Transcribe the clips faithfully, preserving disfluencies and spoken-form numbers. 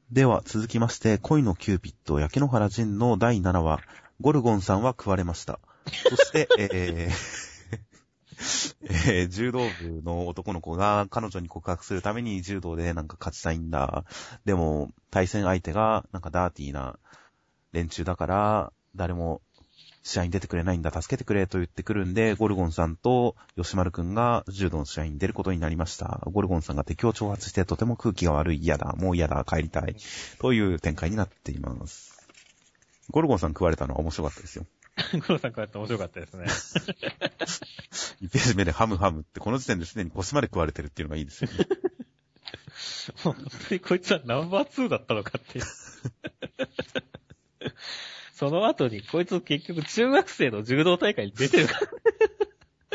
では続きまして、恋のキューピッド焼け野原仁のだいななわ、ゴルゴンさんは食われました。そして、えーえー、柔道部の男の子が彼女に告白するために柔道でなんか勝ちたいんだ。でも対戦相手がなんかダーティーな連中だから誰も試合に出てくれないんだ、助けてくれと言ってくるんで、ゴルゴンさんと吉丸くんが柔道の試合に出ることになりました。ゴルゴンさんが敵を挑発してとても空気が悪い、嫌だ、もう嫌だ、帰りたいという展開になっています。ゴルゴンさん食われたのは面白かったですよ。 ゴルゴンさん食われた面白かったですね。 いちページ目でハムハムってこの時点ですでに腰まで食われてるっていうのがいいですよね。 もう本当にこいつはナンバーツーだったのかっていう。その後にこいつ結局中学生の柔道大会に出てるから。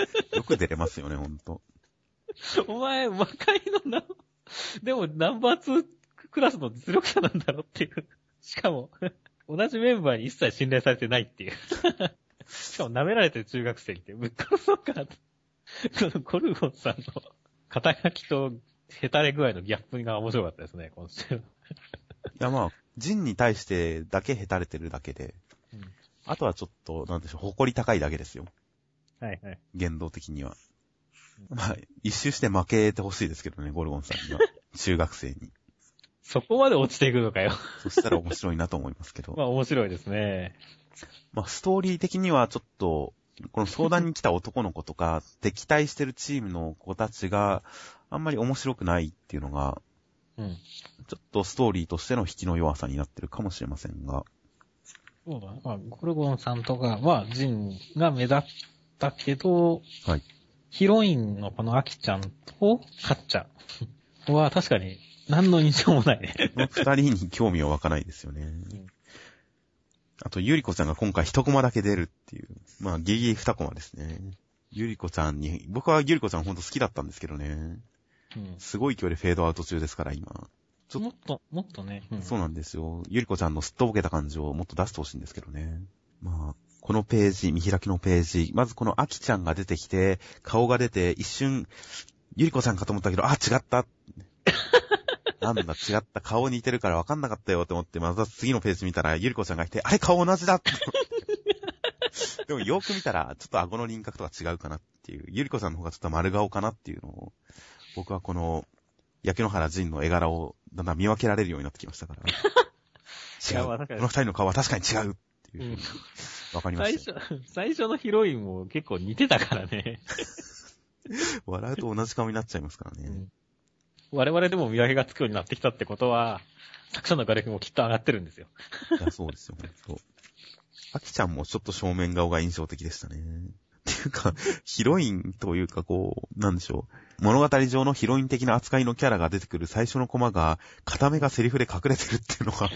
よく出れますよね、ほんと。 お前、若いのな、でもナンバーツークラスの実力者なんだろっていう。しかも、同じメンバーに一切信頼されてないっていう。しかも舐められてる中学生って、ぶっ殺そうか。このゴルゴンさんの肩書きとヘタレ具合のギャップが面白かったですね、今週。いやまあ、ジンに対してだけヘタれてるだけで、うん、あとはちょっと、なんでしょう、誇り高いだけですよ。 はいはい。 言動的には。うん、まあ、一周して負けてほしいですけどね、ゴルゴンさんには。中学生に。 そこまで落ちていくのかよ。 そしたら面白いなと思いますけど。 まあ面白いですね。 まあストーリー的にはちょっと、この相談に来た男の子とか、敵対してるチームの子たちがあんまり面白くないっていうのが、うん、ちょっとストーリーとしての引きの弱さになってるかもしれませんが。 そうだ、まあ、ゴルゴンさんとかはジンが目立ったけど、はい、ヒロインのこのアキちゃんとカッチャンは確かに何の印象もないね。 この二人に興味は湧かないですよね。うん、あと、ゆりこちゃんが今回一コマだけ出るっていう。まあ、ギリギリ二コマですね。ゆりこちゃんに、僕はゆりこちゃんほんと好きだったんですけどね。うん、すごい勢いでフェードアウト中ですから、今。 ちょっともっと、もっとね、 うん。そうなんですよ。ゆりこちゃんのすっとぼけた感じをもっと出してほしいんですけどね。まあ、このページ、見開きのページ、まずこのアキちゃんが出てきて、顔が出て、一瞬、ゆりこちゃんかと思ったけど、あ、違った。なんだ、違った。顔似てるから分かんなかったよって思って、また次のページ見たら、ゆりこちゃんがいて、あれ顔同じだでもよく見たら、ちょっと顎の輪郭とか違うかなっていう、ゆりこさんの方がちょっと丸顔かなっていうのを、僕はこの、焼け野原仁の絵柄をだんだん見分けられるようになってきましたから。違う。この二人の顔は確かに違うっていう。わ、うん、かりました。 最初、最初のヒロインも結構似てたからね。 笑うと同じ顔になっちゃいますからね。うん、 我々でも見分けがつくようになってきたってことは、作者の画力もきっと上がってるんですよ。 いや、そうですよ、ね。そう。アキちゃんもちょっと正面顔が印象的でしたね。っていうか、ヒロインというかこう、なんでしょう。物語上のヒロイン的な扱いのキャラが出てくる最初のコマが、片目がセリフで隠れてるっていうのが、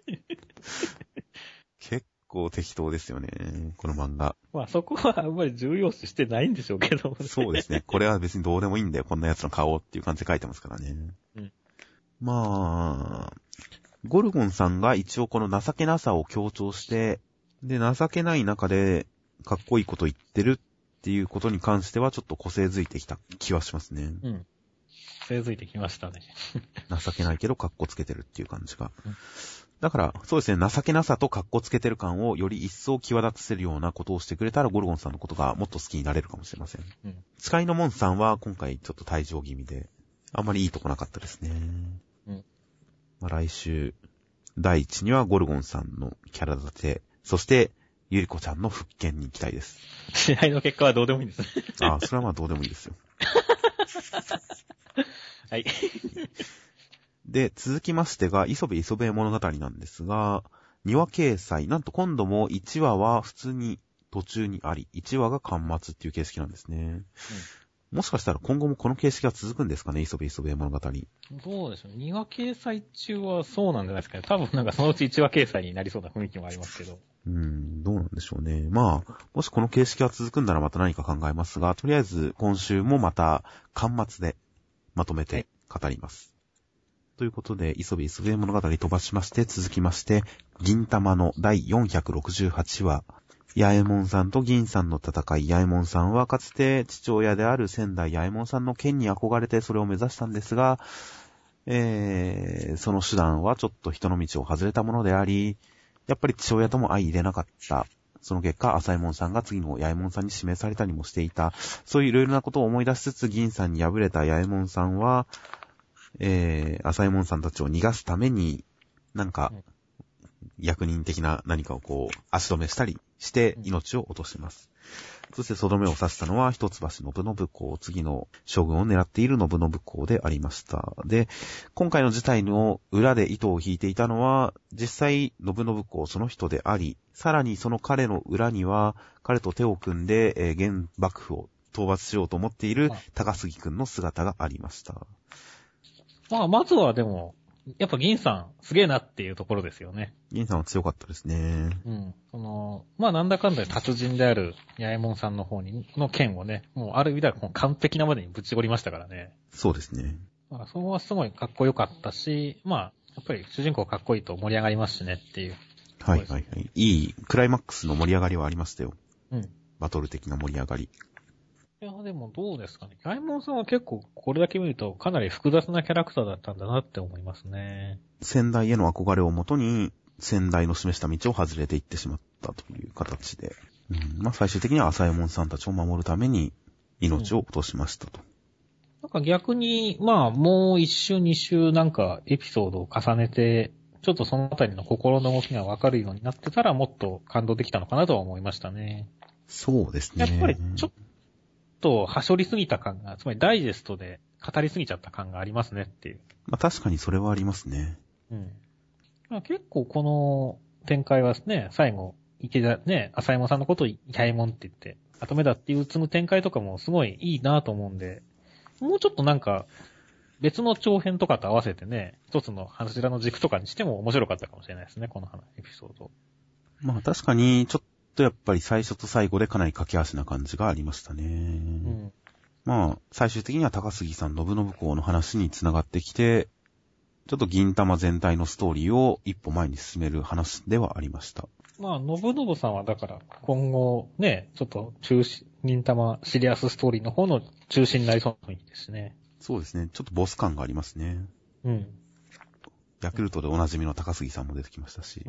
結構適当ですよね、この漫画。 まあそこはあんまり重要視してないんでしょうけど、ね。 そうですね。これは別にどうでもいいんだよ、こんな奴の顔っていう感じで書いてますからね。うん、まあ、ゴルゴンさんが一応この情けなさを強調して、で、情けない中で、かっこいいこと言ってるっていうことに関してはちょっと個性づいてきた気はしますね。 うん。個性づいてきましたね。 情けないけどかっこつけてるっていう感じが。うん、だから、そうですね、情けなさとかっこつけてる感をより一層際立たせるようなことをしてくれたらゴルゴンさんのことがもっと好きになれるかもしれません。うん、使いの門さんは今回ちょっと退場気味で、あんまりいいとこなかったですね。うん、まあ、来週、第一にはゴルゴンさんのキャラ立て、そして、ゆりこちゃんの復権に行きたいです。 試合の結果はどうでもいいんですね。 ああ、それはまあどうでもいいですよ。 はい。 で、続きましてが、磯部磯部物語なんですが、にわ掲載、なんと今度もいちわは普通に途中にあり、いちわが巻末っていう形式なんですね。うんもしかしたら今後もこの形式が続くんですかね、磯部磯部物語。 どうでしょう。にわ掲載中はそうなんじゃないですかね。多分なんかそのうちいちわ掲載になりそうな雰囲気もありますけど。 うーん、どうなんでしょうね。まあ、もしこの形式が続くんならまた何か考えますが、とりあえず今週もまた巻末でまとめて語ります。ということで、磯部磯部物語飛ばしまして、続きまして、銀玉のだいよんひゃくろくじゅうはちわ。八右衛門さんと銀さんの戦い。八右衛門さんはかつて父親である仙台八右衛門さんの剣に憧れてそれを目指したんですが、 えー、その手段はちょっと人の道を外れたものであり、やっぱり父親とも相入れなかった。その結果、浅右衛門さんが次の八右衛門さんに指名されたりもしていた。そういういろいろなことを思い出しつつ、銀さんに敗れた八右衛門さんは、えー、浅右衛門さんたちを逃がすために、なんか、役人的な何かをこう、足止めしたりして命を落とします。そしてその目を刺したのは一橋信信公、次の将軍を狙っている信信公でありました。で、今回の事態の裏で糸を引いていたのは、実際信信公その人であり、さらにその彼の裏には、彼と手を組んで、えー、現幕府を討伐しようと思っている高杉君の姿がありました。 まあ、まずはでも、やっぱ銀さんすげえなっていうところですよね。 銀さんは強かったですね。 うん。その、まあなんだかんだ達人である八右衛門さんの方に、の剣をね、もうある意味ではもう完璧なまでにぶち折りましたからね。 そうですね。 まあそこはすごいかっこよかったし、まあ、やっぱり主人公かっこいいと盛り上がりますしねっていう。 はいはいはい。いいクライマックスの盛り上がりはありましたよ。 うん。 バトル的な盛り上がり。 いや、でもどうですかね。八右衛門さんは結構これだけ見るとかなり複雑なキャラクターだったんだなって思いますね。 先代への憧れをもとに、先代の示した道を外れていってしまったという形で。うん、まあ最終的には浅右衛門さんたちを守るために命を落としましたと。うん、 なんか逆に、まあもう一周二周なんかエピソードを重ねて、ちょっとそのあたりの心の動きがわかるようになってたらもっと感動できたのかなとは思いましたね。 そうですね。 やっぱりちょっとはしょりすぎた感が、つまりダイジェストで語りすぎちゃった感がありますねっていう。 まあ確かにそれはありますね。 うん。まあ、結構この展開はね、最後、池田ね、浅右衛門さんのことを八右衛門って言って、後目だっていう積む展開とかもすごいいいなと思うんで、もうちょっとなんか、別の長編とかと合わせてね、一つの柱の軸とかにしても面白かったかもしれないですね、このエピソード。 まあ確かに、ちょっとやっぱり最初と最後でかなり駆け足な感じがありましたね。うん、まあ、最終的には高杉さん、信信公の話に繋がってきて、ちょっと銀玉全体のストーリーを一歩前に進める話ではありました。 まあ、信信さんはだから、今後ね、ちょっと中心、銀玉シリアスストーリーの方の中心になりそうな雰囲気ですね。 そうですね。ちょっとボス感がありますね。 うん。 ヤクルトでおなじみの高杉さんも出てきましたし。 うん。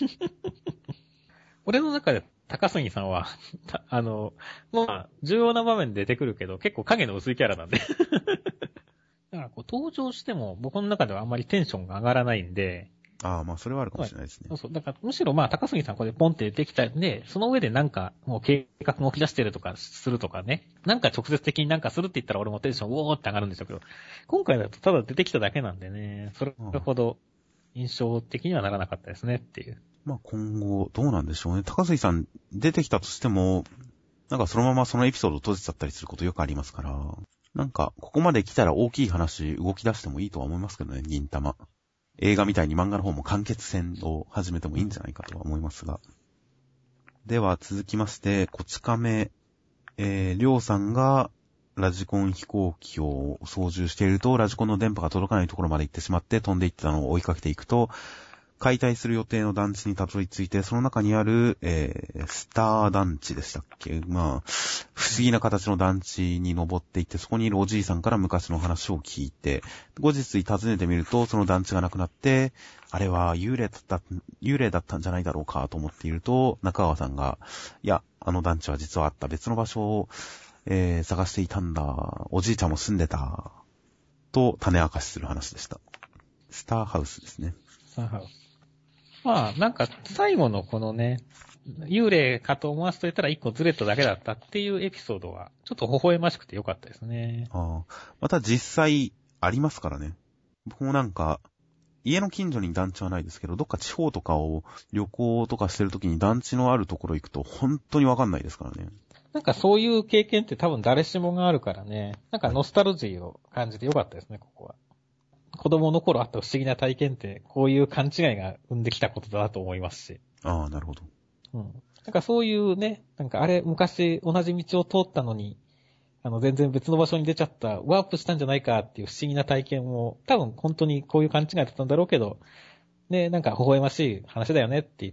俺の中で高杉さんは、あの、まあ、重要な場面で出てくるけど、結構影の薄いキャラなんで。だからこう登場しても僕の中ではあんまりテンションが上がらないんで。 ああ、まあそれはあるかもしれないですね。 そうそう。だからむしろまあ高杉さんこれポンって出てきたんで、その上でなんかもう計画が起き出してるとかするとかね。なんか直接的になんかするって言ったら俺もテンションウォーって上がるんでしょうけど、今回だとただ出てきただけなんでね、それほど印象的にはならなかったですねっていう。 まあ今後どうなんでしょうね。高杉さん出てきたとしても、なんかそのままそのエピソードを閉じちゃったりすることよくありますから、なんかここまで来たら大きい話動き出してもいいとは思いますけどね、銀玉。映画みたいに漫画の方も完結戦を始めてもいいんじゃないかとは思いますが。では続きまして、こち亀、えー、りょうさんがラジコン飛行機を操縦していると、ラジコンの電波が届かないところまで行ってしまって飛んでいってたのを追いかけていくと、解体する予定の団地にたどり着いて、その中にある、えー、スター団地でしたっけ？まあ、不思議な形の団地に登っていって、そこにいるおじいさんから昔の話を聞いて、後日訪ねてみると、その団地がなくなって、あれは幽霊だった、幽霊だったんじゃないだろうかと思っていると、中川さんが、いや、あの団地は実はあった別の場所を、えー、探していたんだ。おじいちゃんも住んでた。と、種明かしする話でした。スターハウスですね。 スターハウス。まあ、なんか、最後のこのね、幽霊かと思わせといたら一個ずれただけだったっていうエピソードは、ちょっと微笑ましくてよかったですね。 ああ。また実際、ありますからね。僕もなんか、家の近所に団地はないですけど、どっか地方とかを旅行とかしてるときに団地のあるところ行くと、本当にわかんないですからね。 なんかそういう経験って多分誰しもがあるからね、なんかノスタルジーを感じてよかったですね、ここは。子供の頃あった不思議な体験って、こういう勘違いが生んできたことだなと思いますし。 ああ、なるほど。 うん。なんかそういうね、なんかあれ、昔同じ道を通ったのに、あの、全然別の場所に出ちゃった、ワープしたんじゃないかっていう不思議な体験も、多分本当にこういう勘違いだったんだろうけど、ね、なんか微笑ましい話だよねって言って、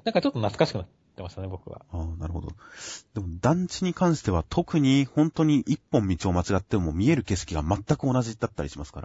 なんかちょっと懐かしくなってましたね、僕は。 ああ、なるほど。でも団地に関しては特に本当に一本道を間違っても見える景色が全く同じだったりしますから。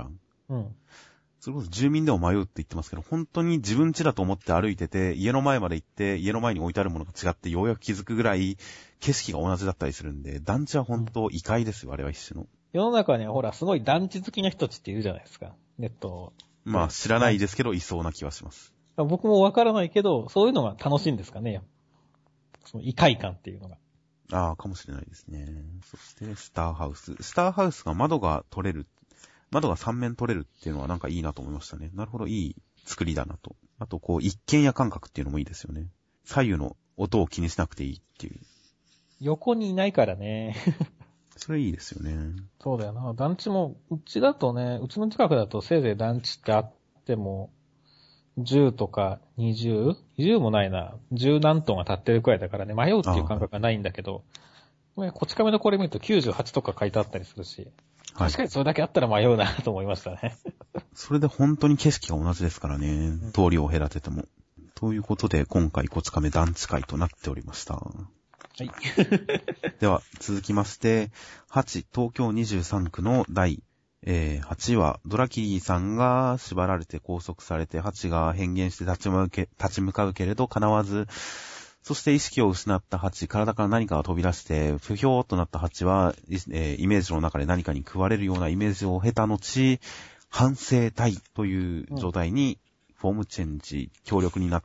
うん。 それこそ住民でも迷うって言ってますけど、本当に自分家だと思って歩いてて、家の前まで行って、家の前に置いてあるものが違って、ようやく気づくぐらい、景色が同じだったりするんで、団地は本当異界ですよ、あれは一種の。 世の中にはほら、すごい団地好きな人たちっているじゃないですか。ネット。 まあ、知らないですけど、いそうな気はします。 僕もわからないけど、そういうのが楽しいんですかね。その異界感っていうのが。 ああ、かもしれないですね。そして、スターハウス。スターハウスが窓が取れる。窓がさん面取れるっていうのはなんかいいなと思いましたね。なるほど、いい作りだなと。あと、こう、一軒家感覚っていうのもいいですよね。左右の音を気にしなくていいっていう。 横にいないからね。 それいいですよね。 そうだよな。団地も、うちだとね、うちの近くだとせいぜい団地ってあっても、じゅうとかにじゅう? にじゅうもないな。じゅう何トンが立ってるくらいだからね、迷うっていう感覚がないんだけど、こち亀のこれ見るときゅうじゅうはちとか書いてあったりするし、 はい、 確かにそれだけあったら迷うなと思いましたね。 それで本当に景色が同じですからね。通りを隔てても。ということで、今回こち亀団地会となっておりました。はい。では、続きまして、はち、東京にじゅうさんくの第、えー、はちわ、ドラキリーさんが縛られて拘束されて、はちが変幻して立ち向け、立ち向かうけれど叶わず、そして意識を失ったはち、体から何かが飛び出して、不評となったはちは、えー、イメージの中で何かに食われるようなイメージを経た後、反省体という状態にフォームチェンジ、強力になって、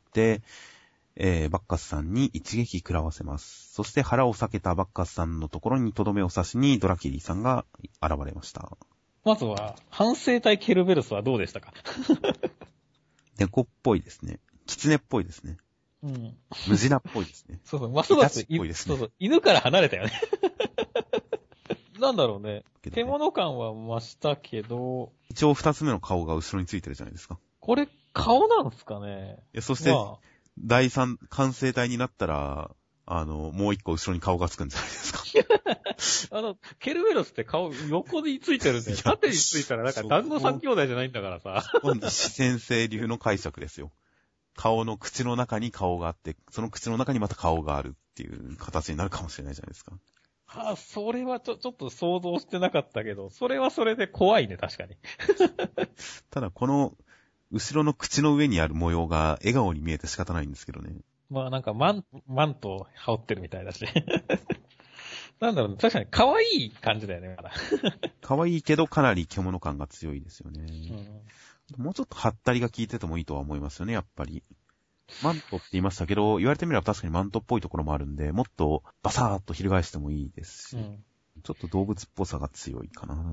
えー、バッカスさんに一撃食らわせます。そして腹を裂けたバッカスさんのところにとどめを刺しにドラキリーさんが現れました。 まずは、反省体ケルベルスはどうでしたか？ 猫っぽいですね。狐っぽいですね。 うん。 ムジナっぽいですね。 そうそう、ますます、 っぽいですね。 そうそう、犬から離れたよね。なんだろうね。獣感は増したけど。 一応二つ目の顔が後ろについてるじゃないですか。 これ、顔なんすかね？ いや、そして、 まあ、 第三、完成体になったら、あの、もう一個後ろに顔がつくんじゃないですか。 あの、ケルベロスって顔、横についてるんで、縦についたらなんか団子三兄弟じゃないんだからさ。 西先生流の解釈ですよ。顔の口の中に顔があって、その口の中にまた顔があるっていう形になるかもしれないじゃないですか。 はあ、それはちょ、ちょっと想像してなかったけど、それはそれで怖いね、確かに。 ただ、この、後ろの口の上にある模様が笑顔に見えて仕方ないんですけどね。 まあなんかマン、マントを羽織ってるみたいだし。なんだろう、確かに可愛い感じだよね、まだ。 可愛いけどかなり獣感が強いですよね。うん、もうちょっとハったりが効いててもいいとは思いますよね、やっぱり。マントって言いましたけど、言われてみれば確かにマントっぽいところもあるんで、もっとバサーっと翻してもいいですし、うん、ちょっと動物っぽさが強いかな、うん、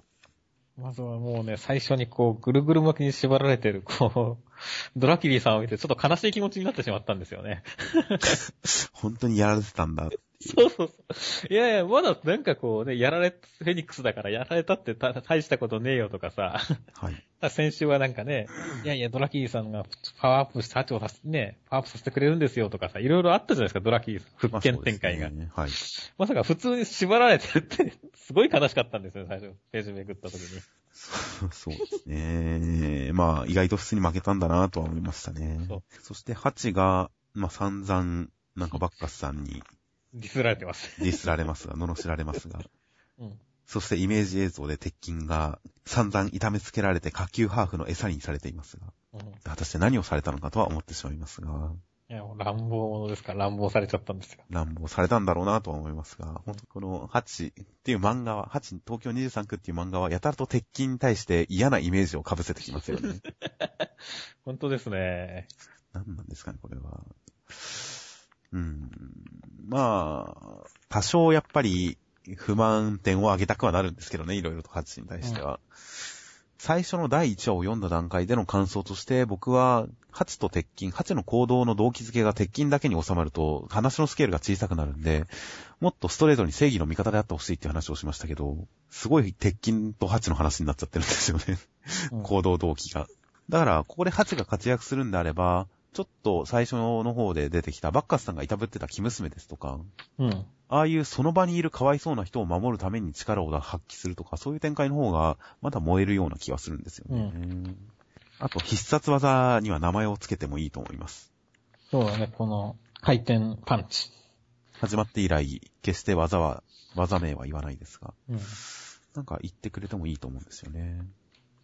まずはもうね、最初にこう、ぐるぐる巻きに縛られてる、こう、ドラキリーさんを見てちょっと悲しい気持ちになってしまったんですよね。 本当にやられてたんだ。 そうそうそう。いやいや、まだなんかこうね、やられ、フェニックスだからやられたってた大したことねえよとかさ。はい。先週はなんかね、いやいや、ドラキリーさんがパワーアップして、ハチをさせ、ね、パワーアップさせてくれるんですよとかさ、いろいろあったじゃないですか、ドラキリーさん。復権展開が。まあね、はい。まさか普通に縛られてるって、すごい悲しかったんですよ、最初。ページめくった時に。 そうですね。まあ、意外と普通に負けたんだなとは思いましたね。そう。そして、ハチが、まあ、散々、なんかバッカスさんに、 ディスられてます。 ディスられますが、罵られますが。 うん。 そしてイメージ映像で鉄筋が散々痛めつけられて下級ハーフの餌にされていますが。うん。果たして何をされたのかとは思ってしまいますが。 いや、もう乱暴者ですから、乱暴されちゃったんですよ。 乱暴されたんだろうなとは思いますが、本当このハチっていう漫画は、ハチ東京にじゅうさんくっていう漫画はやたらと鉄筋に対して嫌なイメージを被せてきますよね。 本当ですね。 何なんですかね、これは。うん。まあ、多少やっぱり不満点を上げたくはなるんですけどね、いろいろとハチに対しては。うん、最初のだいいちわを読んだ段階での感想として、僕はハチと鉄筋、ハチの行動の動機づけが鉄筋だけに収まると話のスケールが小さくなるんで、もっとストレートに正義の味方であってほしいっていう話をしましたけど、すごい鉄筋とハチの話になっちゃってるんですよね。うん、行動動機が。だから、ここでハチが活躍するんであれば、ちょっと最初の方で出てきたバッカスさんがいたぶってた生娘ですとか、うん、ああいうその場にいるかわいそうな人を守るために力を発揮するとか、そういう展開の方がまだ燃えるような気はするんですよね。うん、あと必殺技には名前をつけてもいいと思います。 そうだね、この回転パンチ。 始まって以来、決して技は、技名は言わないですが、うん、なんか言ってくれてもいいと思うんですよね。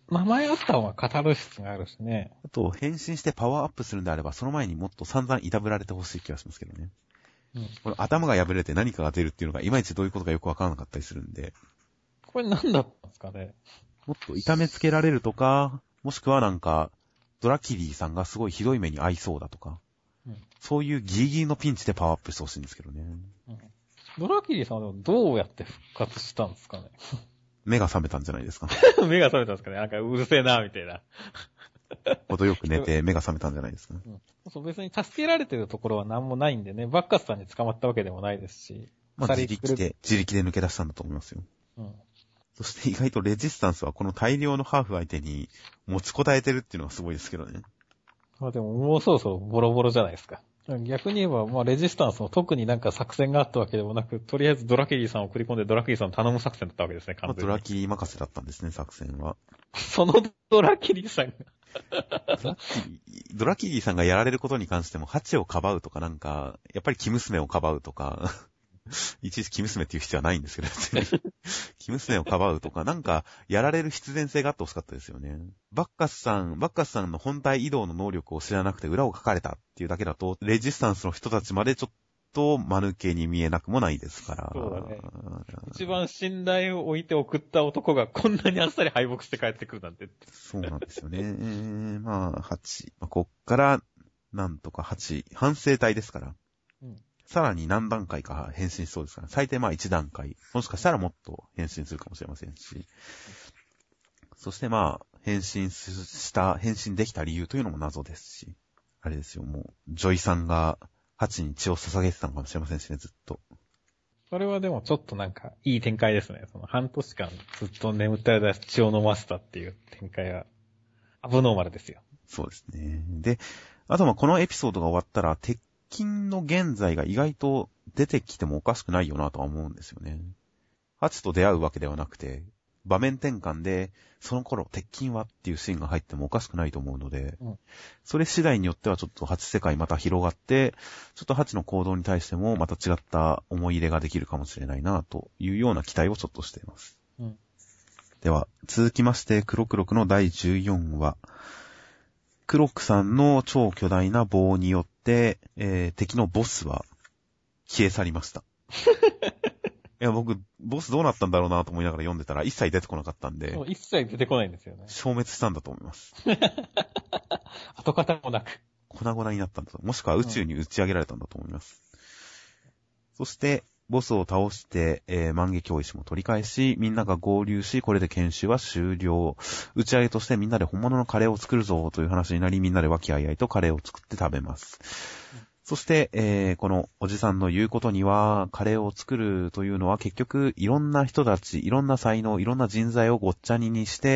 名前あった方がカタルシスがあるしね。 あと、変身してパワーアップするんであれば、その前にもっと散々いたぶられてほしい気がしますけどね。うん、この頭が破れて何かが出るっていうのが、いまいちどういうことかよくわからなかったりするんで。 これ何だったんですかね。 もっと痛めつけられるとか、もしくはなんか、ドラキリーさんがすごいひどい目に遭いそうだとか、うん、そういうギリギリのピンチでパワーアップしてほしいんですけどね。 うん、ドラキリーさんはどうやって復活したんですかね。 目が覚めたんじゃないですか。 目が覚めたんですかね。なんかうるせえな、みたいな。 ほどよく寝て目が覚めたんじゃないですか、ね。 うん、そう別に助けられてるところは何もないんでね、バッカスさんに捕まったわけでもないですし。 まあ自力で、自力で抜け出したんだと思いますよ。うん。そして意外とレジスタンスはこの大量のハーフ相手に持ちこたえてるっていうのがすごいですけどね。 まあでももうそうそうボロボロじゃないですか。逆に言えば、まあレジスタンスも特になんか作戦があったわけでもなく、とりあえずドラキリーさんを送り込んでドラキリーさんを頼む作戦だったわけですね、完全に。 まあ、ドラキリー任せだったんですね、作戦は。 そのドラキリーさんがドラキリー、ドラキリーさんがやられることに関しても、ハチをかばうとかなんか、やっぱりキ娘をかばうとか、いちいちキ娘っていう必要はないんですけど、キ娘をかばうとか、なんか、やられる必然性があってほしかったですよね。バッカスさん、バッカスさんの本体移動の能力を知らなくて裏を書かれたっていうだけだと、レジスタンスの人たちまでちょっと間抜けに見えなくもないですから。 そうだね。一番信頼を置いて送った男がこんなにあっさり敗北して帰ってくるなんて。 そうなんですよね。えー、まあ、はち。まあ、こっから、なんとかはち。反省体ですから。うんさらに何段階か変身しそうですから、最低まあいち段階、もしかしたらもっと変身するかもしれませんし、そしてまあ、変身した、変身できた理由というのも謎ですし、あれですよ、もう、ジョイさんがハチに血を捧げてたのかもしれませんしね、ずっと。 それはでもちょっとなんか、いい展開ですね。その半年間ずっと眠った間血を飲ませたっていう展開は、アブノーマルですよ。 そうですね。で、あとまあこのエピソードが終わったら、鉄筋の現在が意外と出てきてもおかしくないよなとは思うんですよね。ハチと出会うわけではなくて、場面転換で、その頃、鉄筋はっていうシーンが入ってもおかしくないと思うので、うん、それ次第によってはちょっとハチ世界また広がって、ちょっとハチの行動に対してもまた違った思い入れができるかもしれないなというような期待をちょっとしています。うん、では、続きまして、クロクロクのだいじゅうよんわ。クロックさんの超巨大な棒によって、えー、敵のボスは消え去りました。いや、僕、ボスどうなったんだろうなと思いながら読んでたら一切出てこなかったんで。 一切出てこないんですよね。 消滅したんだと思います。 跡形もなく。 粉々になったんだと。もしくは宇宙に打ち上げられたんだと思います。うん、そして、ボスを倒して、えー、万華鏡石も取り返し、みんなが合流し、これで研修は終了。打ち上げとしてみんなで本物のカレーを作るぞという話になり、みんなで和気あいあいとカレーを作って食べます。うん、そして、えー、このおじさんの言うことには、カレーを作るというのは結局、いろんな人たち、いろんな才能、いろんな人材をごっちゃににして、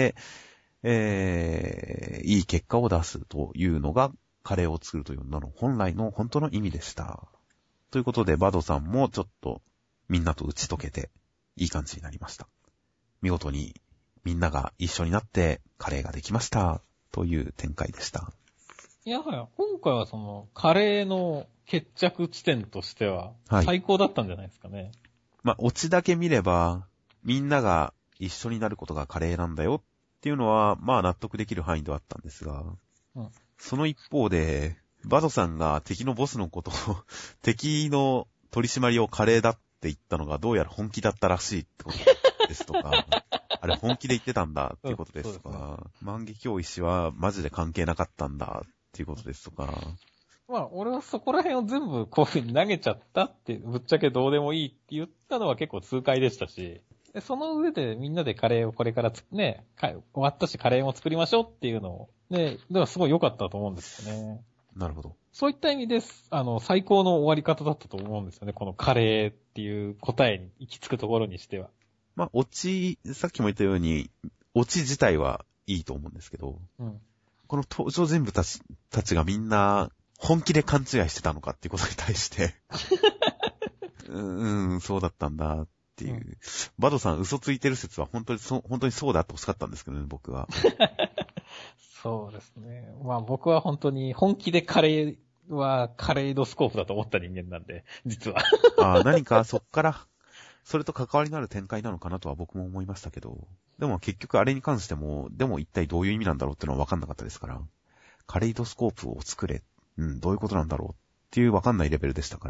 えー、いい結果を出すというのが、カレーを作るというのの本来の本当の意味でした。ということで、バドさんもちょっとみんなと打ち解けていい感じになりました。見事にみんなが一緒になってカレーができましたという展開でした。 いやはや、今回はそのカレーの決着地点としては最高だったんじゃないですかね。はい、 まあ、オチだけ見ればみんなが一緒になることがカレーなんだよっていうのはまあ納得できる範囲ではあったんですが、うん、その一方で、バドさんが敵のボスのことを、敵の取り締まりをカレーだって言ったのがどうやら本気だったらしいってことですとか、あれ本気で言ってたんだっていうことですとか、万華鏡石はマジで関係なかったんだっていうことですとか。 まあ、俺はそこら辺を全部こういう風に投げちゃったって、ぶっちゃけどうでもいいって言ったのは結構痛快でしたし、その上でみんなでカレーをこれからつね、終わったしカレーも作りましょうっていうのを、ね、だからすごい良かったと思うんですよね。 なるほど。 そういった意味です。あの、最高の終わり方だったと思うんですよね。このカレーっていう答えに行き着くところにしては。 まあ、オチ、さっきも言ったように、オチ自体はいいと思うんですけど、うん、この登場人物たち、たちがみんな本気で勘違いしてたのかっていうことに対して、うーん、そうだったんだっていう、うん。バドさん嘘ついてる説は本当にそう、本当にそうだって欲しかったんですけどね、僕は。 そうですね。まあ僕は本当に本気でカレーはカレードスコープだと思った人間なんで、実は。 ああ、何かそっから、それと関わりのある展開なのかなとは僕も思いましたけど。 でも結局あれに関しても、でも一体どういう意味なんだろうっていうのは分かんなかったですから、カレイドスコープを作れ、うん、どういうことなんだろうっていう分かんないレベルでしたから、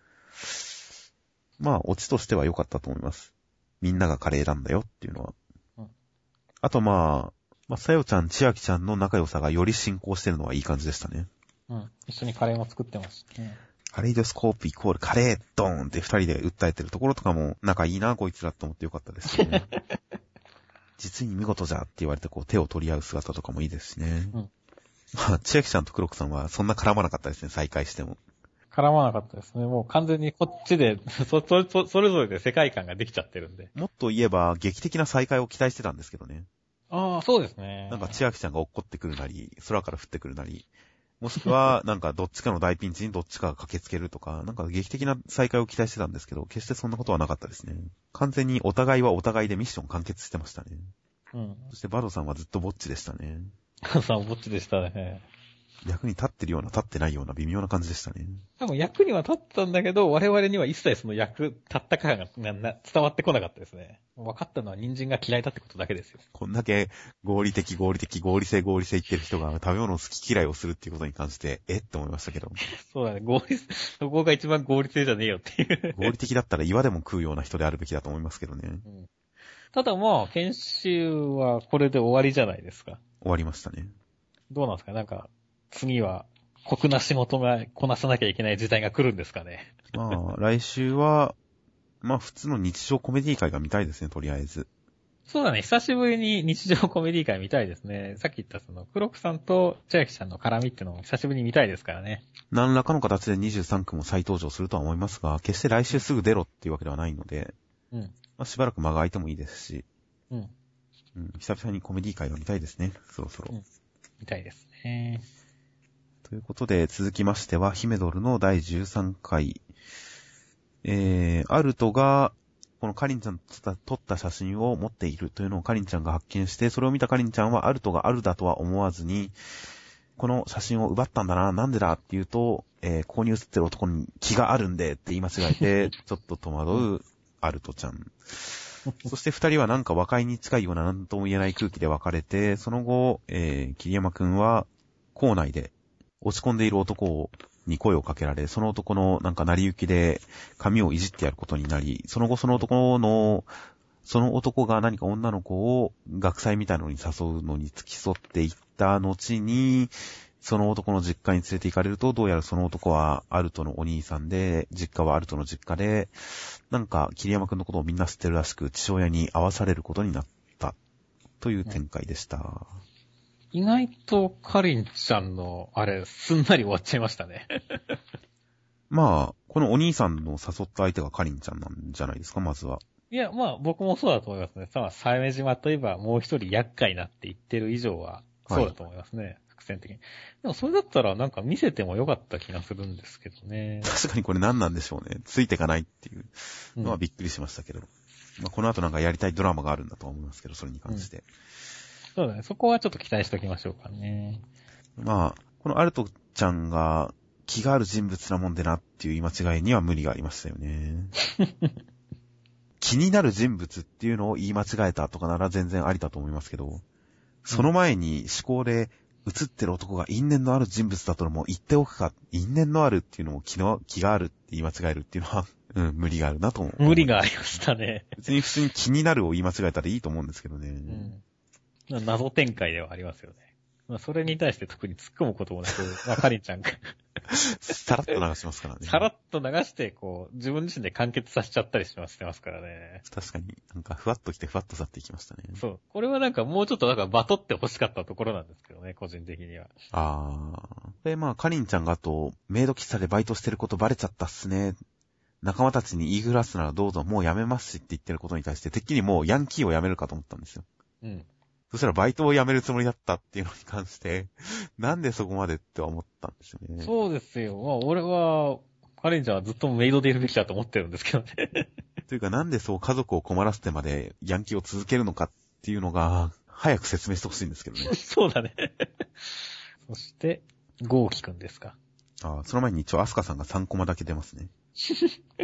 まあ、オチとしては良かったと思います。みんながカレーなんだよっていうのは。うん、あとまあ、まあ、さよちゃん、千秋ちゃんの仲良さがより進行してるのはいい感じでしたね。 うん。一緒にカレーも作ってます。うん、 カレイドスコープイコールカレードーンって二人で訴えてるところとかも、仲いいな、こいつらと思ってよかったですね。実に見事じゃって言われてこう手を取り合う姿とかもいいですしね。うん。まあ、千秋ちゃんと黒木さんはそんな絡まなかったですね、再会しても。 絡まなかったですね。もう完全にこっちで、そ、そ、そ、それぞれで世界観ができちゃってるんで。 もっと言えば、劇的な再会を期待してたんですけどね。 ああ、そうですね。 なんか千秋ちゃんが落っこってくるなり、空から降ってくるなり、もしくは、なんかどっちかの大ピンチにどっちかが駆けつけるとか、なんか劇的な再会を期待してたんですけど、決してそんなことはなかったですね。完全にお互いはお互いでミッション完結してましたね。うん。そしてバドさんはずっとぼっちでしたね。 バドさんはぼっちでしたね。 役に立ってるような立ってないような微妙な感じでしたね。 多分役には立ったんだけど、我々には一切その役、立った感がなな伝わってこなかったですね。分かったのは人参が嫌いだってことだけですよ。 こんだけ合理的合理的合理性合理性言ってる人が食べ物を好き嫌いをするっていうことに関して、えって思いましたけど。 そうだね、合理、そこが一番合理性じゃねえよっていう。 合理的だったら岩でも食うような人であるべきだと思いますけどね。うん、 ただまあ、研修はこれで終わりじゃないですか。 終わりましたね。 どうなんですか？なんか、次は、酷な仕事がこなさなきゃいけない時代が来るんですかね。 まあ、来週は、まあ普通の日常コメディ会が見たいですね、とりあえず。 そうだね、久しぶりに日常コメディ会見たいですね。さっき言ったその、黒木さんと千秋ちゃんの絡みっていうのも久しぶりに見たいですからね。 何らかの形でにじゅうさんくも再登場するとは思いますが、決して来週すぐ出ろっていうわけではないので、うん。まあしばらく間が空いてもいいですし、うん。うん、久々にコメディ会を見たいですね、そろそろ。うん、 見たいですね。 ということで、続きましては、ヒメドルのだいじゅうさんかい。えー、アルトが、このカリンちゃんと撮った写真を持っているというのをカリンちゃんが発見して、それを見たカリンちゃんはアルトがアルだとは思わずに、この写真を奪ったんだな、なんでだって言うと、えー、ここに写ってる男に気があるんでって言い間違えて、ちょっと戸惑うアルトちゃん。そして二人はなんか和解に近いような何とも言えない空気で別れて、その後、えー、桐山くんは校内で落ち込んでいる男に声をかけられ、その男のなんか成り行きで髪をいじってやることになり、その後その男の、その男が何か女の子を学祭みたいなのに誘うのに付き添っていった後に、その男の実家に連れて行かれると、どうやらその男はアルトのお兄さんで、実家はアルトの実家で、なんか桐山くんのことをみんな知ってるらしく、父親に会わされることになったという展開でした。うん意外とカリンちゃんの、あれ、すんなり終わっちゃいましたね。 まあ、このお兄さんの誘った相手がカリンちゃんなんじゃないですか、まずは。 いや、まあ、僕もそうだと思いますね。さあ、鮫島といえばもう一人厄介なって言ってる以上は、そうだと思いますね。はい、伏線的に。でも、それだったらなんか見せてもよかった気がするんですけどね。 確かにこれ何なんでしょうね。ついてかないっていうのはびっくりしましたけど。うん、まあ、この後なんかやりたいドラマがあるんだと思いますけど、それに関して。うんそうだね。そこはちょっと期待しておきましょうかね。 まあ、このアルトちゃんが気がある人物なもんでなっていう言い間違いには無理がありましたよね。気になる人物っていうのを言い間違えたとかなら全然ありだと思いますけど、その前に思考で映ってる男が因縁のある人物だとも言っておくか、因縁のあるっていうのを気の、気があるって言い間違えるっていうのは、うん、無理があるなと思う。 無理がありましたね。 別に普通に気になるを言い間違えたらいいと思うんですけどね。うん謎展開ではありますよね。まあ、それに対して特に突っ込むこともなく、まあ、カリンちゃんがさらっと流しますからね。 さらっと流して、こう、自分自身で完結させちゃったりしますしてますからね。 確かに、なんかふわっと来てふわっと去っていきましたね。 そう。これはなんかもうちょっとなんかバトって欲しかったところなんですけどね、個人的には。 あー。で、まあ、カリンちゃんがあと、メイド喫茶でバイトしてることバレちゃったっすね。仲間たちに言いふらすならどうぞもうやめますしって言ってることに対して、てっきりもうヤンキーをやめるかと思ったんですよ。うん。そしたらバイトを辞めるつもりだったっていうのに関して、なんでそこまでって思ったんですよね。 そうですよ。まあ俺は、カレンちゃんはずっとメイドでいるべきだと思ってるんですけどね。 というかなんでそう家族を困らせてまでヤンキーを続けるのかっていうのが、早く説明してほしいんですけどね。 そうだね。そして、ゴーキくんですか。 ああ、その前に一応アスカさんがさんコマだけ出ますね。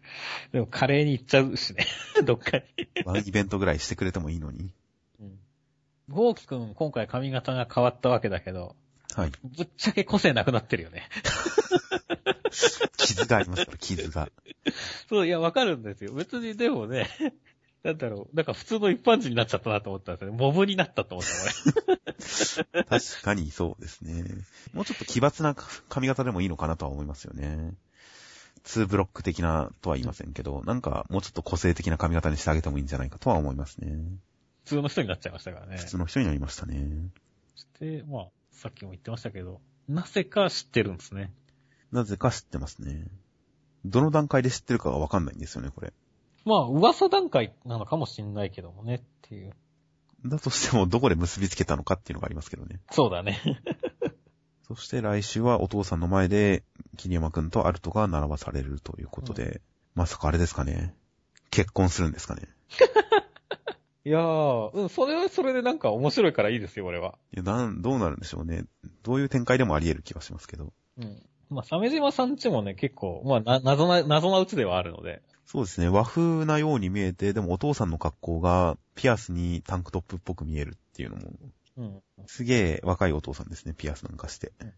でもカレーに行っちゃうしね。どっかに。 ワンイベントぐらいしてくれてもいいのに。 うん。ゴーキ君今回髪型が変わったわけだけど、 はい。 ぶっちゃけ個性なくなってるよね。 傷がありますから、傷が。 そう、いや、わかるんですよ。別にでもね、なんだろう、なんか普通の一般人になっちゃったなと思ったんですよね。モブになったと思った俺。 確かにそうですね。もうちょっと奇抜な髪型でもいいのかなとは思いますよね。ツーブロック的なとは言いませんけど、なんかもうちょっと個性的な髪型にしてあげてもいいんじゃないかとは思いますね。 普通の人になっちゃいましたからね。 普通の人になりましたね。 そして、まあ、さっきも言ってましたけど、なぜか知ってるんですね。 なぜか知ってますね。どの段階で知ってるかがわかんないんですよね、これ。 まあ、噂段階なのかもしんないけどもねっていう。 だとしてもどこで結びつけたのかっていうのがありますけどね。 そうだね。 そして来週はお父さんの前で、桐山くんとアルトが並ばされるということで、うん、まさかあれですかね。結婚するんですかね。 いやー、うん、それはそれでなんか面白いからいいですよ、俺は。 いや、なん、どうなるんでしょうね。どういう展開でもあり得る気がしますけど。 うん。まあ、鮫島さんちもね、結構、まあ、な、謎な、謎なうちではあるので。 そうですね。和風なように見えて、でもお父さんの格好がピアスにタンクトップっぽく見えるっていうのも、うん、すげえ若いお父さんですね、ピアスなんかして。うん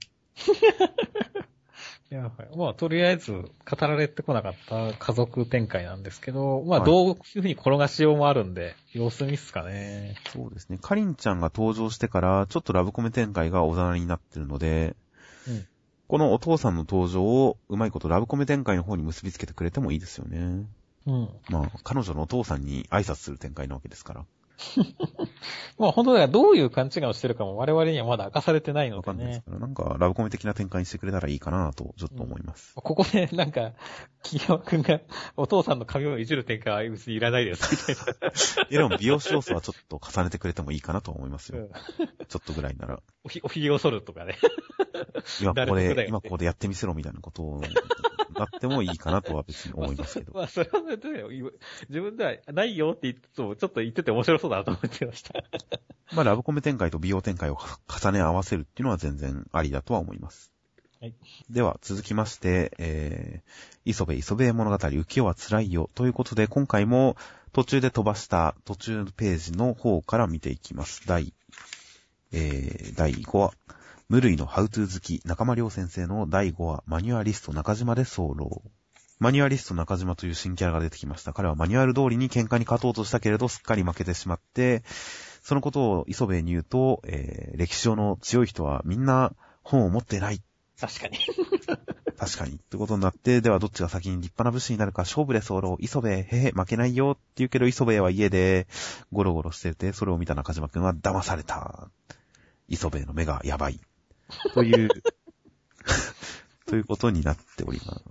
いや、はい。まあ、とりあえず、語られてこなかった家族展開なんですけど、まあ、どういうふうに転がしようもあるんで、様子見っすかね。 そうですね。かりんちゃんが登場してから、ちょっとラブコメ展開がおざなりになってるので、うん、このお父さんの登場をうまいことラブコメ展開の方に結びつけてくれてもいいですよね。うん。まあ、彼女のお父さんに挨拶する展開なわけですから。 まあ本当だからどういう勘違いをしてるかも我々にはまだ明かされてないのでね。わかんないですから、なんかラブコメ的な展開にしてくれたらいいかなとちょっと思います。 うん、ここでなんか、桐山くんがお父さんの髪をいじる展開は別にいらないですみたいな。 いやでも美容師要素はちょっと重ねてくれてもいいかなと思いますよ。うん、ちょっとぐらいなら。 おひ、おひげを剃るとかね。 今ここで、今ここでやってみせろみたいなことを。なってもいいかなとは別に思いますけど。 まあ、それは、ね、自分ではないよって言っても、ちょっと言ってて面白そうだなと思ってました。 まあ、ラブコメ展開と美容展開を重ね合わせるっていうのは全然ありだとは思います。はい。では、続きまして、えー、磯部磯部物語、浮世は辛いよということで、今回も途中で飛ばした途中のページの方から見ていきます。第、えー、だいごわ。無類のハウトゥー好き、中間良先生のだいごわ、マニュアリスト中島で候。マニュアリスト中島という新キャラが出てきました。彼はマニュアル通りに喧嘩に勝とうとしたけれど、すっかり負けてしまって、そのことを磯部に言うと、えー、歴史上の強い人はみんな本を持ってない。 確かに。 確かに。ってことになって、ではどっちが先に立派な武士になるか勝負で候。磯部、へへ、負けないよって言うけど、磯部は家でゴロゴロしてて、それを見た中島くんは騙された。磯部の目がやばい。という、ということになっております。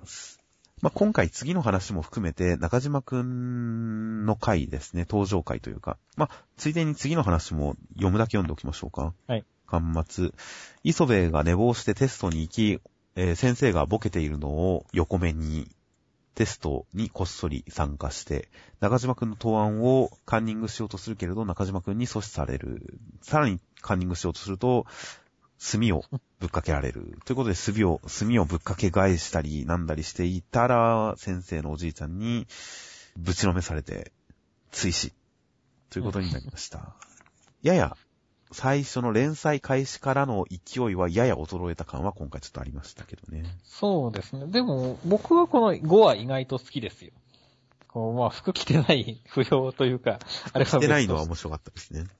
まあ、今回次の話も含めて中島くんの回ですね、登場回というか、まあ、ついでに次の話も読むだけ読んでおきましょうか。はい。巻末。磯部が寝坊してテストに行き、えー、先生がボケているのを横目に、テストにこっそり参加して、中島くんの答案をカンニングしようとするけれど、中島くんに阻止される。さらにカンニングしようとすると、炭をぶっかけられる。ということで、炭を、炭をぶっかけ返したり、なんだりしていたら、先生のおじいちゃんに、ぶちのめされて、追死。ということになりました。やや、最初の連載開始からの勢いはやや衰えた感は今回ちょっとありましたけどね。 そうですね。でも、僕はこのごは意外と好きですよ。こう、まあ、服着てない不要というか、 あれは着てないのは面白かったですね。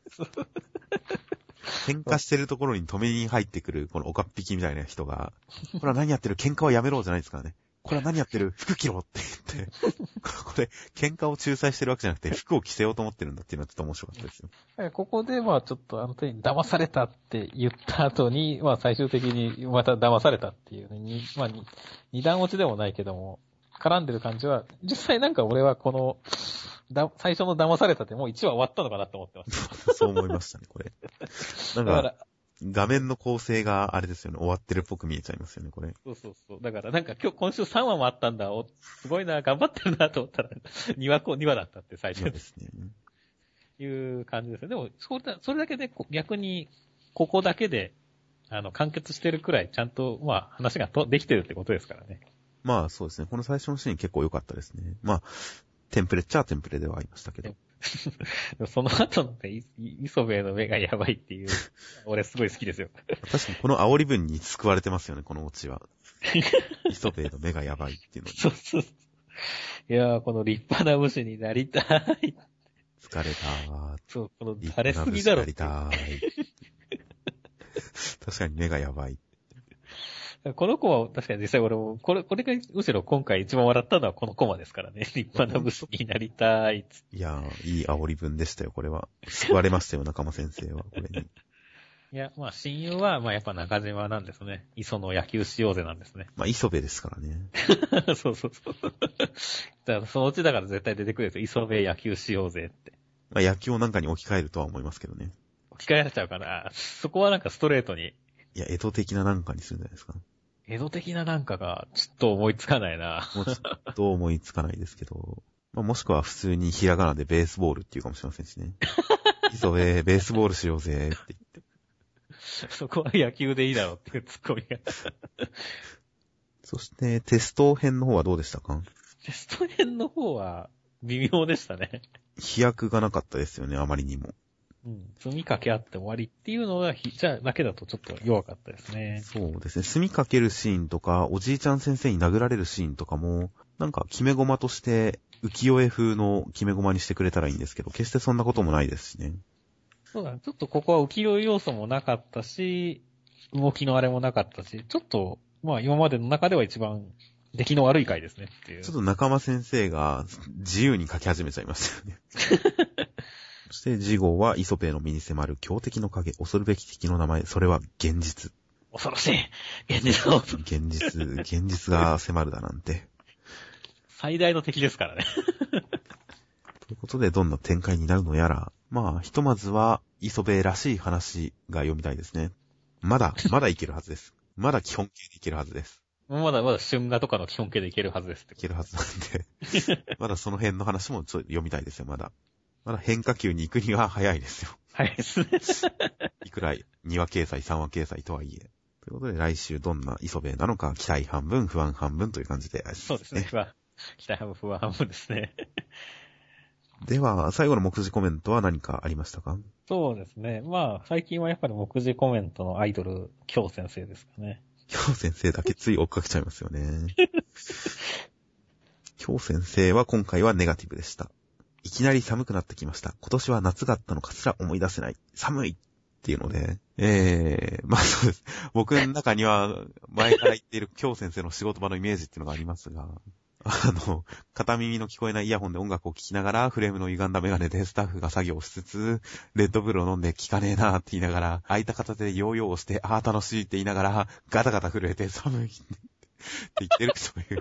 喧嘩してるところに止めに入ってくる、このおかっぴきみたいな人が、これは何やってる喧嘩はやめろじゃないですからね。これは何やってる服着ろって言って、これ、喧嘩を仲裁してるわけじゃなくて、服を着せようと思ってるんだっていうのはちょっと面白かったですよ。 ここで、まあちょっとあの手に騙されたって言った後に、まあ最終的にまた騙されたっていうね、にまあ二段落ちでもないけども、絡んでる感じは、実際なんか俺はこの、だ、最初の騙されたってもういちわ終わったのかなと思ってます。 そう思いましたね、これ。なんか、画面の構成があれですよね、終わってるっぽく見えちゃいますよね、これ。 そうそうそう。だからなんか今日、今週さんわもあったんだ、お、すごいな、頑張ってるなと思ったら、にわこ、にわだったって最初ですね。いう感じですね。でも、それだ、それだけで逆に、ここだけで、あの、完結してるくらい、ちゃんと、まあ、話がとできてるってことですからね。 まあそうですね。この最初のシーン結構良かったですね。まあ、テンプレっちゃテンプレではありましたけど。 その後のね、磯部の目がやばいっていう、俺すごい好きですよ。 確かにこの煽り文に救われてますよね、このオチは。磯部の目がやばいっていうのに。 そうそう。いやー、この立派な武士になりたい。 疲れたー。 そう、この垂れすぎだろ。 立派な武士になりたい。確かに目がやばい。 このコマ、確かに実際俺も、これ、これがむしろ今回一番笑ったのはこのコマですからね。立派な武士になりたい。 いやー、いい煽り文でしたよ、これは。救われましたよ、中間先生は、これに。 いや、まあ親友は、まあやっぱ中島なんですね。磯野野球しようぜなんですね。 まあ、磯部ですからね。 そうそうそう。だからそのうちだから絶対出てくるんですよ。磯部野球しようぜって。 まあ、野球をなんかに置き換えるとは思いますけどね。 置き換えられちゃうかな。そこはなんかストレートに。 いや、江戸的ななんかにするんじゃないですか。 江戸的ななんかが、ちょっと思いつかないな。 もうちょっと思いつかないですけど。まあ、もしくは普通にひらがなでベースボールっていうかもしれませんしね。磯部、ベースボールしようぜって言って。 そこは野球でいいだろうっていうツッコミが。 そして、テスト編の方はどうでしたか？ テスト編の方は微妙でしたね。 飛躍がなかったですよね、あまりにも。 うん。墨かけ合って終わりっていうのが、じゃあだけだとちょっと弱かったですね。 そうですね。墨かけるシーンとか、おじいちゃん先生に殴られるシーンとかも、なんか決め駒として浮世絵風の決め駒にしてくれたらいいんですけど、決してそんなこともないですしね。 そうだね。ちょっとここは浮世絵要素もなかったし、動きのあれもなかったし、ちょっと、まあ今までの中では一番出来の悪い回ですねっていう。 ちょっと中間先生が自由に書き始めちゃいましたよね。そして次号はイソペの身に迫る強敵の影、恐るべき敵の名前、それは現実。 恐ろしい現実を現実、現実が迫るだなんて。 最大の敵ですからね。 ということで、どんな展開になるのやら、まあ、ひとまずは、イソベらしい話が読みたいですね。まだ、まだいけるはずです。まだ基本形でいけるはずです。 まだまだ春画とかの基本形でいけるはずですって。 いけるはずなんで、まだその辺の話もちょっと読みたいですよ、まだ。まだ変化球に行くには早いですよ。 早いですね。 いくらにわ掲載、さんわ掲載とはいえ。ということで、来週どんなイソベなのか、期待半分、不安半分という感じで。 そうですね。不安。期待半分、不安半分ですね。 では、最後の目次コメントは何かありましたか？ そうですね。まあ、最近はやっぱり目次コメントのアイドル、京先生ですかね。 京先生だけつい追っかけちゃいますよね。京先生は今回はネガティブでした。いきなり寒くなってきました。今年は夏があったのかすら思い出せない。寒いっていうので、えー、まあそうです。僕の中には前から言っている京先生の仕事場のイメージっていうのがありますが、あの、片耳の聞こえないイヤホンで音楽を聴きながら、フレームの歪んだメガネでスタッフが作業をしつつ、レッドブルを飲んで聞かねえなーって言いながら、空いた片手でヨーヨーをして、あー楽しいって言いながら、ガタガタ震えて寒いって言ってるそういう。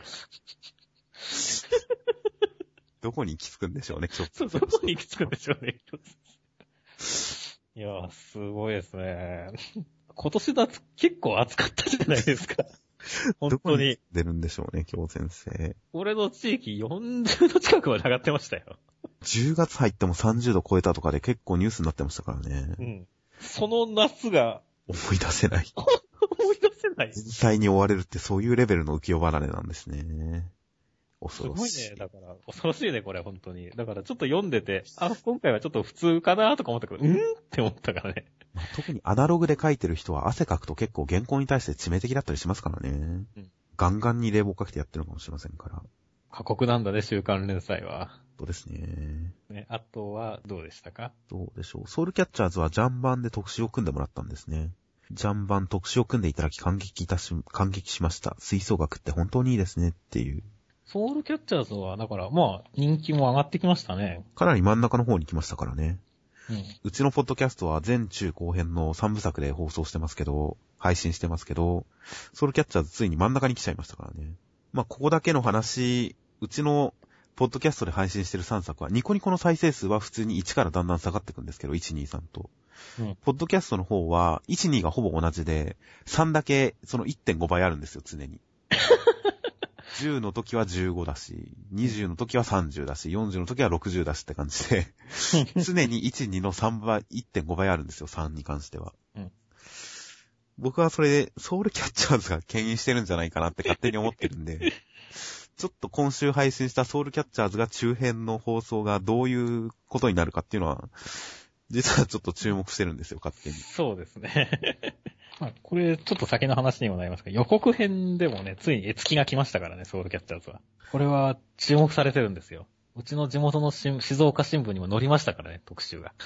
どこに行き着くんでしょうね、今日。 そう、どこに行き着くんでしょうね。いやー、すごいですね。今年だと結構暑かったじゃないですか。本当に。 どこに出るんでしょうね、京先生。 俺の地域よんじゅうど近くまで上がってましたよ。 じゅうがつ入ってもさんじゅうど超えたとかで結構ニュースになってましたからね。 うん。その夏が、 思い出せない。 思い出せない。 天才に追われるってそういうレベルの浮世離れなんですね。恐ろしい。 すごいね。だから、恐ろしいね、これ、本当に。だから、ちょっと読んでて、あ、今回はちょっと普通かなとか思ったけど、んって思ったからね。 まあ、特にアナログで書いてる人は汗かくと結構原稿に対して致命的だったりしますからね。うん、ガンガンに冷房かけてやってるのかもしれませんから。 過酷なんだね、週刊連載は。 そうですね。 ね、あとは、どうでしたか？ どうでしょう。ソウルキャッチャーズはジャン版で特集を組んでもらったんですね。ジャン版特集を組んでいただき感激いたし、感激しました。吹奏楽って本当にいいですねっていう。 ソウルキャッチャーズは、だから、まあ、人気も上がってきましたね。 かなり真ん中の方に来ましたからね。 うん。 うちのポッドキャストは前中後編のさんぶさくで放送してますけど、配信してますけど、ソウルキャッチャーズついに真ん中に来ちゃいましたからね。まあ、ここだけの話、うちのポッドキャストで配信してるさんさくは、ニコニコの再生数は普通にいちからだんだん下がっていくんですけど、いち、に、さんと。うん、ポッドキャストの方は、いち、にがほぼ同じで、さんだけその いってんご 倍あるんですよ、常に。じゅうの時はじゅうごだし、にじゅうの時はさんじゅうだし、よんじゅうの時はろくじゅうだしって感じで、常にいち、にのさんばい、いってんご 倍あるんですよ、さんに関しては。うん、僕はそれで、ソウルキャッチャーズが牽引してるんじゃないかなって勝手に思ってるんで、 ちょっと今週配信したソウルキャッチャーズが中編の放送がどういうことになるかっていうのは、実はちょっと注目してるんですよ、勝手に。 そうですね。まあ、これ、ちょっと先の話にもなりますが、予告編でもね、ついに絵付きが来ましたからね、ソウルキャッチャーズは。これは注目されてるんですよ。うちの地元の新静岡新聞にも載りましたからね、特集が。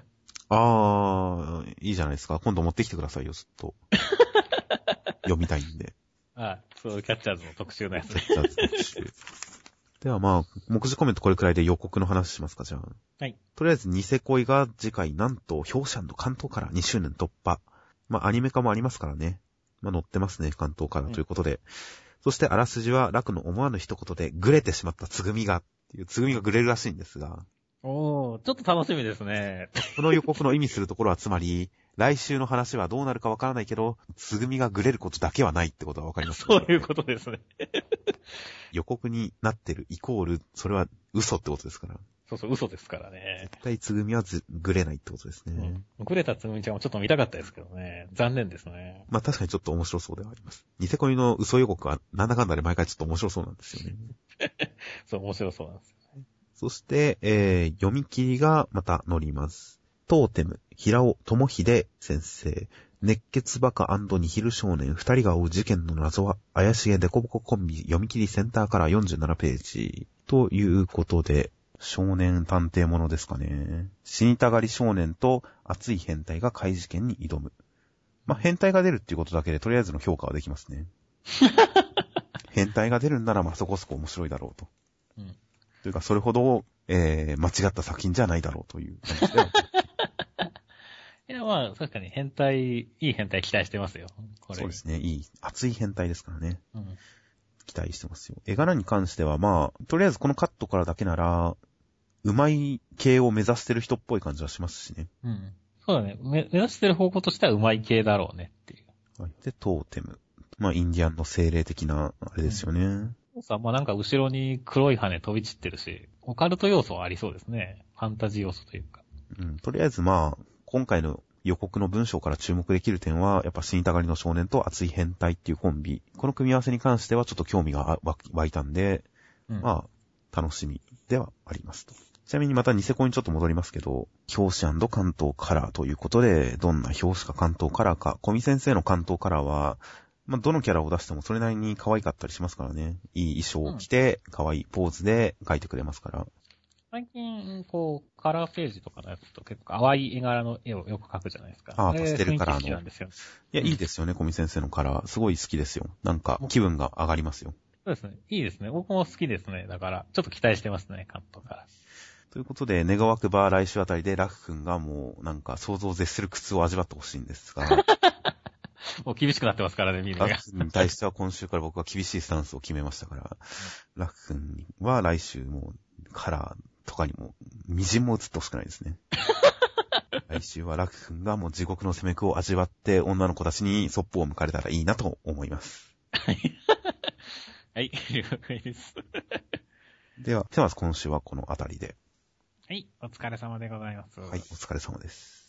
あー、いいじゃないですか。今度持ってきてくださいよ、ずっと。読みたいんで。 ああ、ソウルキャッチャーズの特集のやつね。 キャッチャーズ特集。ではまあ、目次コメントこれくらいで予告の話しますか、じゃあ。 はい。 とりあえず、ニセ恋が次回、なんと、表紙&関東からにしゅうねん突破。まあ、アニメ化もありますからね。まあ、載ってますね、関東からということで。うん、そして、あらすじは、楽の思わぬ一言で、ぐれてしまったつぐみが、っていう、つぐみがぐれるらしいんですが。 おー、ちょっと楽しみですね。 この予告の意味するところは、つまり、来週の話はどうなるかわからないけど、つぐみがぐれることだけはないってことがわかります、 ね。そういうことですね。 予告になってるイコール、それは嘘ってことですから。 そうそう、嘘ですからね。 絶対つぐみはずぐれないってことですね。 うん、ぐれたつぐみちゃんもちょっと見たかったですけどね。残念ですね。 まあ確かにちょっと面白そうではあります。ニセコミの嘘予告はなんだかんだで毎回ちょっと面白そうなんですよね。 そう、面白そうなんですよね。 そして、えー、読み切りがまた載ります。トーテム、平尾智秀先生。熱血バカ&ニヒル少年二人が追う事件の謎は怪しげデコボココンビ読み切りセンターからよんじゅうななページ。ということで、少年探偵ものですかね。死にたがり少年と熱い変態が怪事件に挑む。まあ、変態が出るっていうことだけでとりあえずの評価はできますね。変態が出るんならまあそこそこ面白いだろうと。うん、というかそれほど、えー、間違った作品じゃないだろうという感じで。 いや、まあ、確かに変態、いい変態期待してますよ。これそうですね。いい、熱い変態ですからね。 うん、 期待してますよ。絵柄に関しては、まあ、とりあえずこのカットからだけなら、うまい系を目指してる人っぽい感じはしますしね。 うん。そうだね。目指してる方向としてはうまい系だろうねっていう。 はい。で、トーテム。まあ、インディアンの精霊的な、あれですよね。うん、 さあ、まあなんか後ろに黒い羽飛び散ってるし、オカルト要素はありそうですね。ファンタジー要素というか。 うん。とりあえずまあ、今回の予告の文章から注目できる点は、やっぱ死にたがりの少年と熱い変態っていうコンビ。この組み合わせに関してはちょっと興味が湧いたんで、うん、まあ、楽しみではありますと。ちなみにまたニセコにちょっと戻りますけど、表紙&関東カラーということで、どんな表紙か関東カラーか、小見先生の関東カラーは、まあ、どのキャラを出してもそれなりに可愛かったりしますからね。いい衣装を着て、可愛いポーズで描いてくれますから。 最近、こう、カラーページとかのやつと結構淡い絵柄の絵をよく描くじゃないですか。 ああ、パステルカラーの。 なんですよ。 いや、いいですよね、小見先生のカラー。すごい好きですよ。なんか、気分が上がりますよ。 そうですね。いいですね。僕も好きですね。だから、ちょっと期待してますね、関東から。 ということで、願わくば来週あたりでラフ君がもう、なんか、想像を絶する苦痛を味わってほしいんですが。 もう厳しくなってますからね、みんなが。 ラフ君に対しては今週から僕は厳しいスタンスを決めましたから、ラフ君は来週もう、カラー、とかにも、みじんも映ってほしくないですね。来週はラク君がもう地獄の攻めくを味わって女の子たちにそっぽを向かれたらいいなと思います。 はい。はい、了解です。 では、では今週はこのあたりで。 はい、お疲れ様でございます。 はい、お疲れ様です。